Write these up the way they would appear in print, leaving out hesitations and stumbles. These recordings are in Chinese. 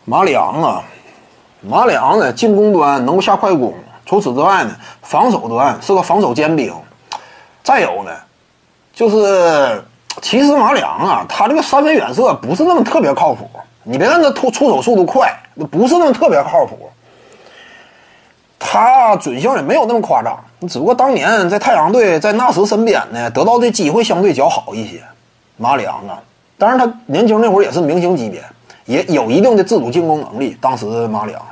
马里昂啊，马里昂呢进攻端能够下快攻，除此之外呢，防守端是个防守尖兵。再有呢，就是其实马里昂啊，他这个三分远射不是那么特别靠谱。你别看他出手速度快，不是那么特别靠谱。他准星也没有那么夸张，只不过当年在太阳队在纳什身边呢，得到的机会相对较好一些。马里昂啊，当然他年轻那会儿也是明星级别，也有一定的自主进攻能力。当时马里昂，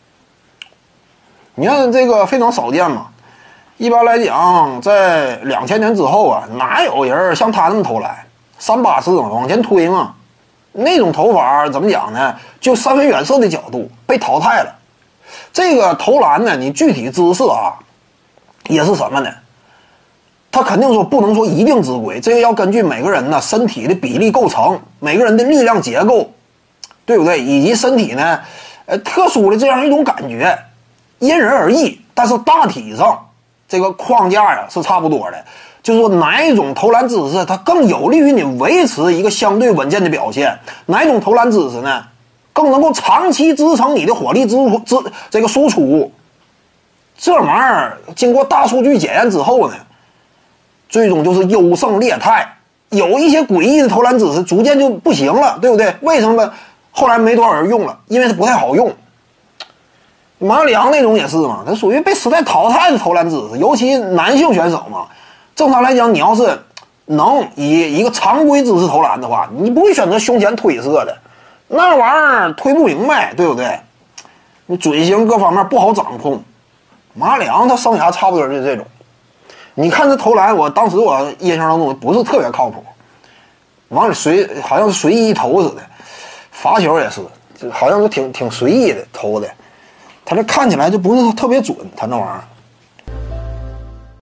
你看这个非常少见嘛。一般来讲，在2000年之后啊，哪有人像他那么投篮？384嘛，往前推嘛，那种投法怎么讲呢？就三分远射的角度被淘汰了。这个投篮呢，你具体姿势啊，也是什么呢？他肯定说不能说一定之规，这个要根据每个人呢身体的比例构成，每个人的力量结构，对不对？以及身体呢，特殊的这样一种感觉，因人而异。但是大体上这个框架呀是差不多的，就是说哪一种投篮姿势它更有利于你维持一个相对稳健的表现，哪一种投篮姿势呢更能够长期支撑你的火力这个输出。这玩意儿经过大数据检验之后呢，最终就是优胜劣汰，有一些诡异的投篮姿势逐渐就不行了，对不对？为什么后来没多少人用了？因为它不太好用。马里昂那种也是嘛，它属于被时代淘汰的投篮姿势，尤其男性选手嘛。正常来讲，你要是能以一个常规姿势投篮的话，你不会选择胸前推射的，那玩意儿推不明白，对不对？你准星各方面不好掌控。马里昂他生涯差不多就是这种。你看他投篮，当时我印象当中不是特别靠谱，往里好像是随意一投似的，罚球也是，好像是挺随意的投的，他这看起来就不是特别准，他那玩意儿。